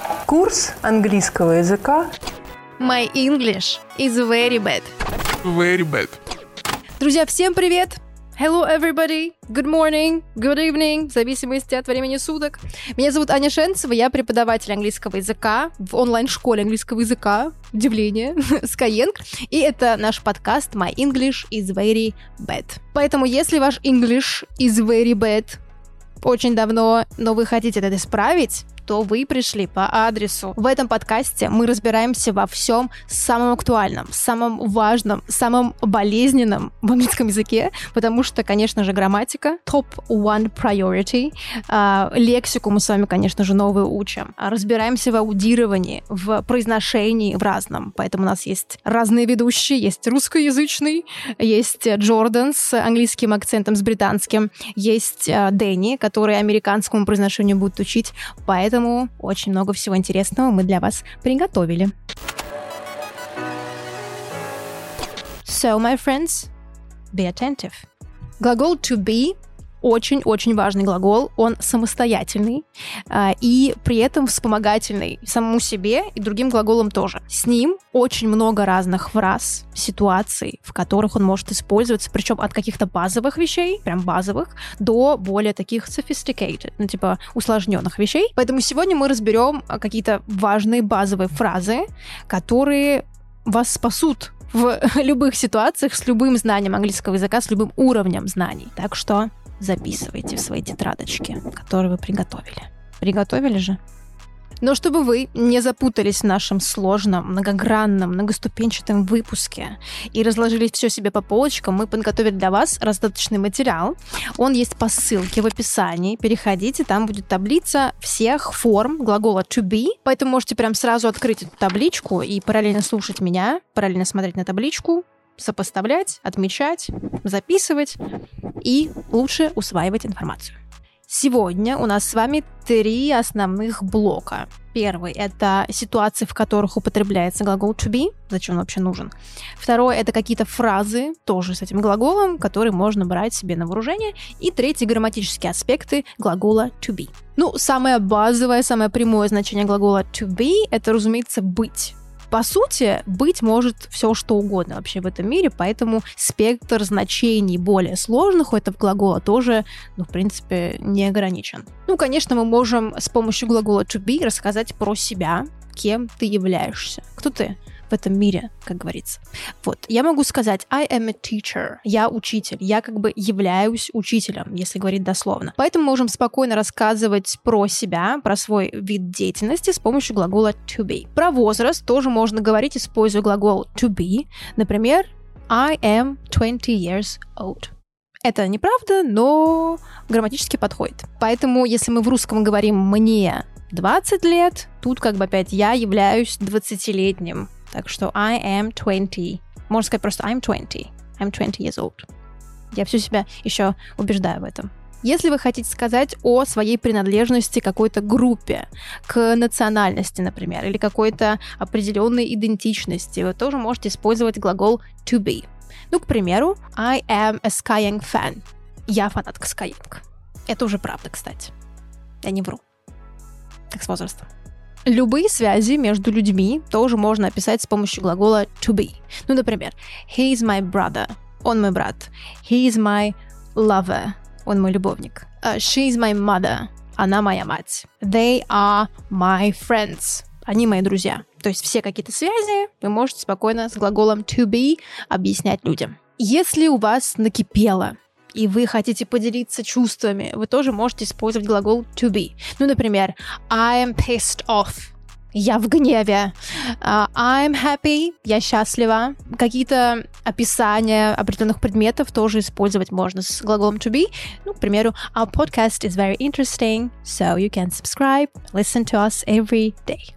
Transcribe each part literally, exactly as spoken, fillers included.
Курс английского языка. My English is very bad. Very bad. Друзья, всем привет! Hello, everybody! Good morning, good evening, в зависимости от времени суток. Меня зовут Аня Шенцева, я преподаватель английского языка в онлайн-школе английского языка, удивление, Skyeng, и это наш подкаст My English is very bad. Поэтому, если ваш English is very bad очень давно, но вы хотите это исправить, то вы пришли по адресу. В этом подкасте мы разбираемся во всем самом актуальном, самом важном, самом болезненном в английском языке, потому что, конечно же, грамматика top one priority. А, лексику мы с вами, конечно же, новую учим. А, разбираемся в аудировании, в произношении, в разном. Поэтому у нас есть разные ведущие. Есть русскоязычный, есть Джордан с английским акцентом, с британским, есть а, Дэнни, который американскому произношению будет учить. Поэтому очень много всего интересного мы для вас приготовили. So, my friends, be attentive. Глагол to be очень-очень важный глагол, он самостоятельный э, и при этом вспомогательный самому себе и другим глаголам тоже. С ним очень много разных фраз, ситуаций, в которых он может использоваться, причем от каких-то базовых вещей, прям базовых, до более таких sophisticated, ну типа усложненных вещей. Поэтому сегодня мы разберем какие-то важные базовые фразы, которые вас спасут в любых ситуациях с любым знанием английского языка, с любым уровнем знаний. Так что записывайте в свои тетрадочки, которые вы приготовили. Приготовили же? Но чтобы вы не запутались в нашем сложном, многогранном, многоступенчатом выпуске и разложили все себе по полочкам, мы подготовили для вас раздаточный материал. Он есть по ссылке в описании. Переходите, там будет таблица всех форм глагола to be. Поэтому можете прям сразу открыть эту табличку и параллельно слушать меня, параллельно смотреть на табличку, сопоставлять, отмечать, записывать и лучше усваивать информацию. Сегодня у нас с вами три основных блока. Первый — это ситуации, в которых употребляется глагол to be, зачем он вообще нужен. Второй — это какие-то фразы, тоже с этим глаголом, которые можно брать себе на вооружение. И третий — грамматические аспекты глагола to be. Ну, самое базовое, самое прямое значение глагола to be — это, разумеется, быть. По сути, быть может все, что угодно вообще в этом мире, поэтому спектр значений более сложных у этого глагола тоже, ну, в принципе, не ограничен. Ну, конечно, мы можем с помощью глагола to be рассказать про себя, кем ты являешься, кто ты в этом мире, как говорится. Вот, я могу сказать I am a teacher, я учитель, я как бы являюсь учителем, если говорить дословно. Поэтому мы можем спокойно рассказывать про себя, про свой вид деятельности с помощью глагола to be. Про возраст тоже можно говорить, используя глагол to be. Например, I am twenty years old. Это неправда, но грамматически подходит. Поэтому, если мы в русском говорим «мне двадцать лет», тут как бы опять я являюсь двадцатилетним. Так что I am twenty. Можно сказать просто I'm twenty. I'm twenty years old. Я всю себя еще убеждаю в этом. Если вы хотите сказать о своей принадлежности к какой-то группе, к национальности, например, или какой-то определенной идентичности, вы тоже можете использовать глагол to be. Ну, к примеру, I am a Skyeng fan. Я фанатка Skyeng. Это уже правда, кстати. Я не вру. Как с возрастом. Любые связи между людьми тоже можно описать с помощью глагола to be. Ну, например, he is my brother. Он мой брат. He is my lover. Он мой любовник. Uh, she is my mother. Она моя мать. They are my friends. Они мои друзья. То есть все какие-то связи вы можете спокойно с глаголом to be объяснять людям. Если у вас накипело, и вы хотите поделиться чувствами, вы тоже можете использовать глагол to be. Ну, например, I am pissed off. Я в гневе. Uh, I'm happy. Я счастлива. Какие-то описания определенных предметов тоже использовать можно с глаголом to be. Ну, к примеру, our podcast is very interesting, so you can subscribe, listen to us every day.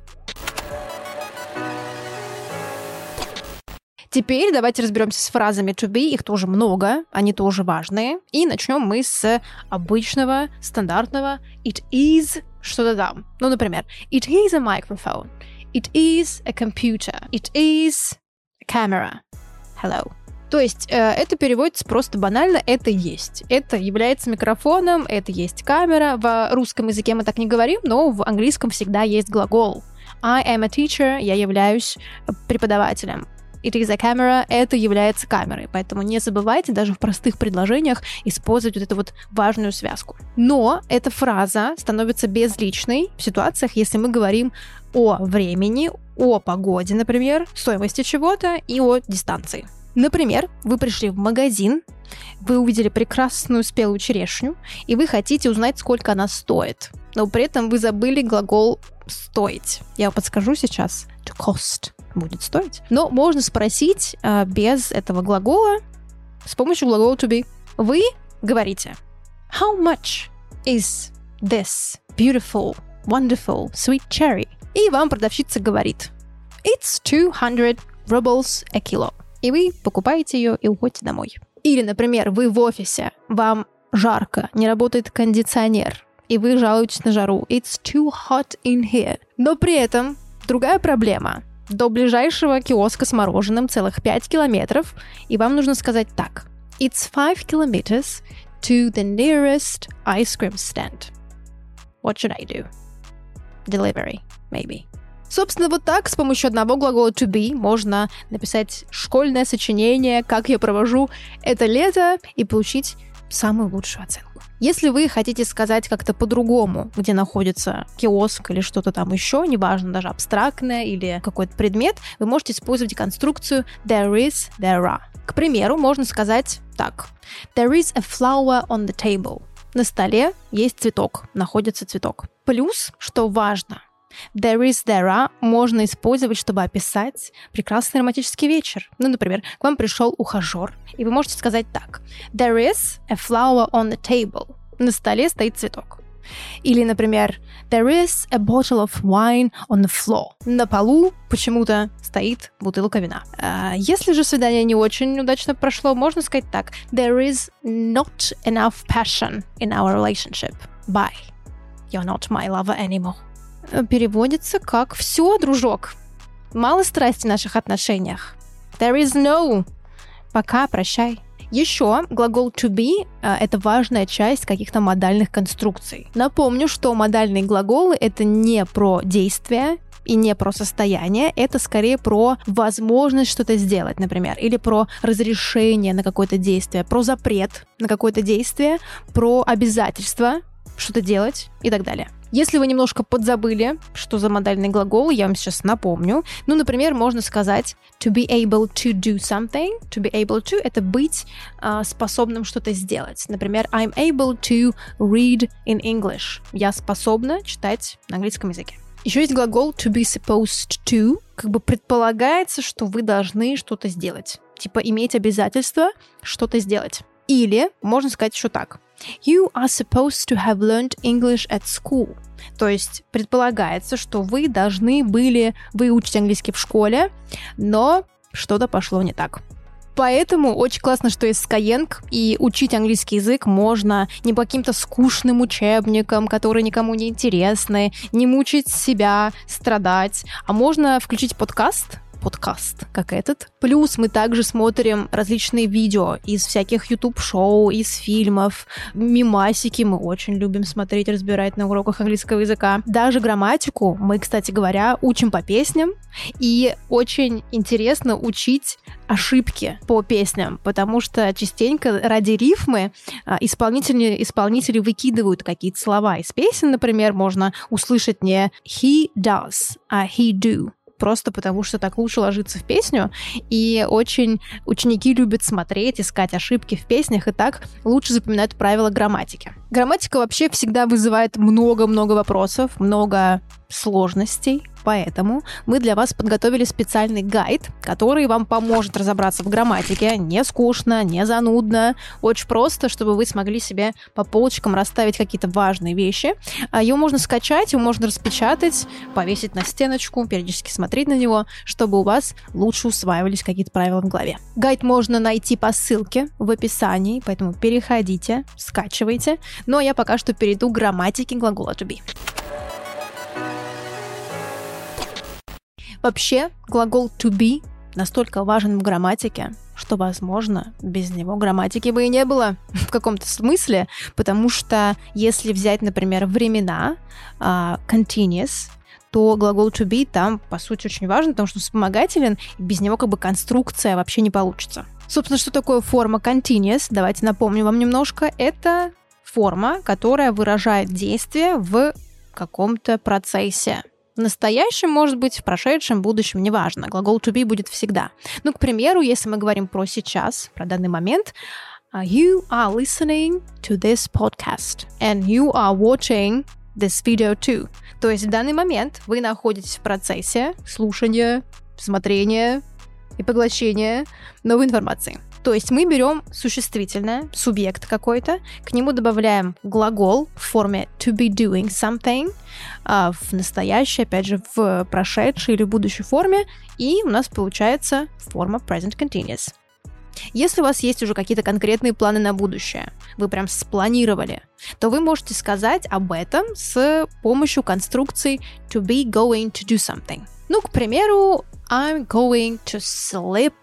Теперь давайте разберемся с фразами to be, их тоже много, они тоже важные. И начнем мы с обычного, стандартного it is что-то там. Ну, например, it is a microphone, it is a computer, it is a camera. Hello. То есть э, это переводится просто банально «это есть». Это является микрофоном, это есть камера. В русском языке мы так не говорим, но в английском всегда есть глагол. I am a teacher, я являюсь преподавателем. It is a camera, это является камерой. Поэтому не забывайте даже в простых предложениях использовать вот эту вот важную связку. Но эта фраза становится безличной в ситуациях, если мы говорим о времени, о погоде, например, стоимости чего-то и о дистанции. Например, вы пришли в магазин, вы увидели прекрасную спелую черешню, и вы хотите узнать, сколько она стоит. Но при этом вы забыли глагол «стоить». Я вам подскажу сейчас. To cost будет стоить. Но можно спросить а, без этого глагола с помощью глагола to be. Вы говорите How much is this beautiful, wonderful, sweet cherry? И вам продавщица говорит It's two hundred rubles a kilo. И вы покупаете ее и уходите домой. Или, например, вы в офисе, вам жарко, не работает кондиционер, и вы жалуетесь на жару. It's too hot in here. Но при этом другая проблема. До ближайшего киоска с мороженым целых пять километров, и вам нужно сказать так. It's five kilometers to the nearest ice cream stand. What should I do? Delivery, maybe. Собственно, вот так с помощью одного глагола to be можно написать школьное сочинение, как я провожу это лето, и получить самую лучшую оценку. Если вы хотите сказать как-то по-другому, где находится киоск или что-то там еще, неважно, даже абстрактное или какой-то предмет, вы можете использовать конструкцию there is, there are. К примеру, можно сказать так. There is a flower on the table. На столе есть цветок, находится цветок. Плюс, что важно, there is, there are можно использовать, чтобы описать прекрасный романтический вечер. Ну, например, к вам пришел ухажер, и вы можете сказать так. There is a flower on the table. На столе стоит цветок. Или, например, there is a bottle of wine on the floor. На полу почему-то стоит бутылка вина. А если же свидание не очень удачно прошло, можно сказать так. There is not enough passion in our relationship. Bye. You're not my lover anymore. Переводится как «все, дружок». Мало страсти в наших отношениях. There is no. Пока, прощай. Еще глагол to be — это важная часть каких-то модальных конструкций. Напомню, что модальные глаголы — это не про действие и не про состояние, это скорее про возможность что-то сделать, например, или про разрешение на какое-то действие, про запрет на какое-то действие, про обязательство что-то делать и так далее. Если вы немножко подзабыли, что за модальный глагол, я вам сейчас напомню. Ну, например, можно сказать to be able to do something. To be able to — это быть э, способным что-то сделать. Например, I'm able to read in English. Я способна читать на английском языке. Еще есть глагол to be supposed to. Как бы предполагается, что вы должны что-то сделать. Типа иметь обязательство что-то сделать. Или можно сказать еще так. You are supposed to have learned English at school. То есть предполагается, что вы должны были выучить английский в школе, но что-то пошло не так. Поэтому очень классно, что есть Skyeng, и учить английский язык можно не по каким-то скучным учебникам, которые никому не интересны, не мучить себя, страдать, а можно включить подкаст, подкаст, как этот. Плюс мы также смотрим различные видео из всяких YouTube-шоу, из фильмов, мемасики мы очень любим смотреть, разбирать на уроках английского языка. Даже грамматику мы, кстати говоря, учим по песням, и очень интересно учить ошибки по песням, потому что частенько ради рифмы исполнители, исполнители выкидывают какие-то слова из песен, например, можно услышать не he does, а he do. Просто потому, что так лучше ложится в песню, и очень ученики любят смотреть, искать ошибки в песнях, и так лучше запоминают правила грамматики. Грамматика вообще всегда вызывает много-много вопросов, много сложностей, поэтому мы для вас подготовили специальный гайд, который вам поможет разобраться в грамматике не скучно, не занудно, очень просто, чтобы вы смогли себе по полочкам расставить какие-то важные вещи. Его можно скачать, его можно распечатать, повесить на стеночку, периодически смотреть на него, чтобы у вас лучше усваивались какие-то правила в голове. Гайд можно найти по ссылке в описании, поэтому переходите, скачивайте. Но я пока что перейду к грамматике глагола to be. Вообще, глагол to be настолько важен в грамматике, что, возможно, без него грамматики бы и не было в каком-то смысле, потому что если взять, например, времена, uh, continuous, то глагол to be там, по сути, очень важен, потому что вспомогателен, и без него как бы конструкция вообще не получится. Собственно, что такое форма continuous? Давайте напомню вам немножко. Это форма, которая выражает действие в каком-то процессе. В настоящем, может быть, в прошедшем, будущем, неважно. Глагол to be будет всегда. Ну, к примеру, если мы говорим про сейчас, про данный момент, you are listening to this podcast, and you are watching this video too. То есть в данный момент вы находитесь в процессе слушания, смотрения и поглощения новой информации. То есть мы берем существительное, субъект какой-то, к нему добавляем глагол в форме to be doing something, а в настоящей, опять же, в прошедшей или будущей форме, и у нас получается форма present continuous. Если у вас есть уже какие-то конкретные планы на будущее, вы прям спланировали, то вы можете сказать об этом с помощью конструкции to be going to do something. Ну, к примеру, I'm going to sleep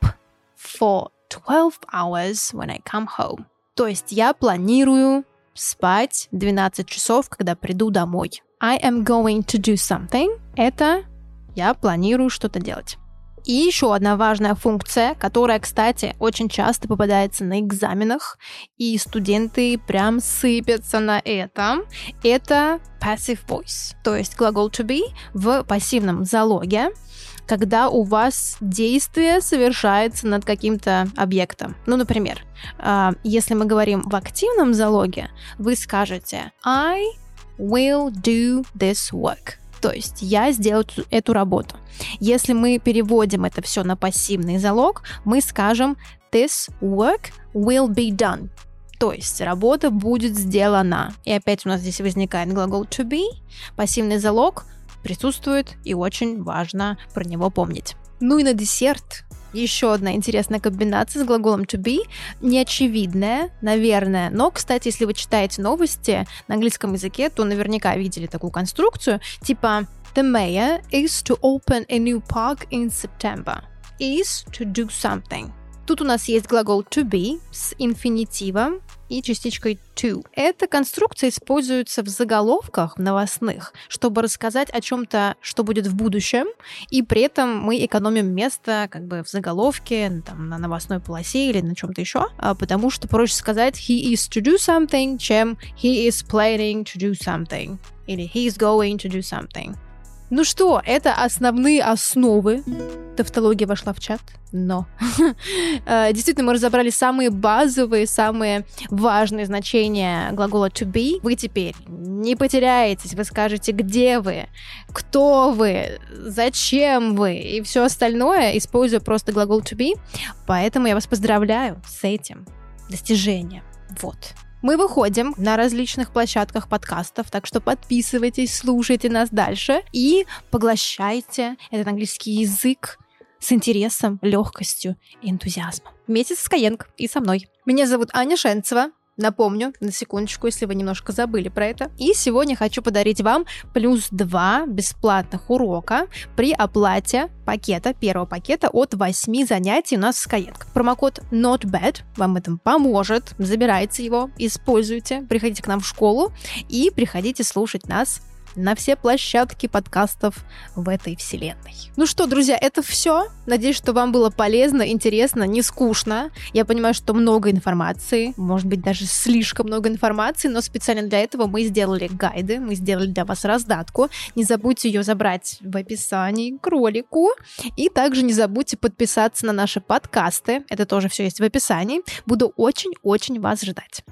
for twelve hours when I come home. То есть я планирую спать двенадцать часов, когда приду домой. I am going to do something. Это я планирую что-то делать. И еще одна важная функция, которая, кстати, очень часто попадается на экзаменах, и студенты прям сыпятся на этом, это passive voice, то есть глагол to be в пассивном залоге, когда у вас действие совершается над каким-то объектом. Ну, например, если мы говорим в активном залоге, вы скажете I will do this work. То есть я сделаю эту работу. Если мы переводим это все на пассивный залог, мы скажем this work will be done. То есть работа будет сделана. И опять у нас здесь возникает глагол to be. Пассивный залог присутствует, и очень важно про него помнить. Ну и на десерт еще одна интересная комбинация с глаголом to be, неочевидная, наверное, но, кстати, если вы читаете новости на английском языке, то наверняка видели такую конструкцию, типа The mayor is to open a new park in September. Is to do something. Тут у нас есть глагол to be с инфинитивом и частичкой to. Эта конструкция используется в заголовках новостных, чтобы рассказать о чем-то, что будет в будущем, и при этом мы экономим место как бы в заголовке, там, на новостной полосе или на чем-то еще, потому что проще сказать he is to do something, чем he is planning to do something или he is going to do something. Ну что, это основные основы. Тавтология вошла в чат, но действительно мы разобрали самые базовые, самые важные значения глагола to be. Вы теперь не потеряетесь, вы скажете, где вы, кто вы, зачем вы и все остальное, используя просто глагол to be. Поэтому я вас поздравляю с этим достижением. Вот. Мы выходим на различных площадках подкастов, так что подписывайтесь, слушайте нас дальше и поглощайте этот английский язык с интересом, легкостью и энтузиазмом. Вместе с Skyeng и со мной. Меня зовут Аня Шенцева. Напомню, на секундочку, если вы немножко забыли про это. И сегодня хочу подарить вам плюс два бесплатных урока при оплате пакета, первого пакета от восьми занятий у нас в Skyeng. Промокод NOTBAD вам в этом поможет. Забирайте его, используйте, приходите к нам в школу и приходите слушать нас на все площадки подкастов в этой вселенной. Ну что, друзья, это все. Надеюсь, что вам было полезно, интересно, не скучно. Я понимаю, что много информации, может быть, даже слишком много информации, но специально для этого мы сделали гайды, мы сделали для вас раздатку. Не забудьте ее забрать в описании к ролику. И также не забудьте подписаться на наши подкасты. Это тоже все есть в описании. Буду очень-очень вас ждать.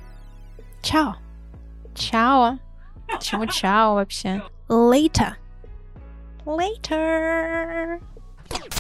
Чао! Чао! Чему чао вообще? Later. Later.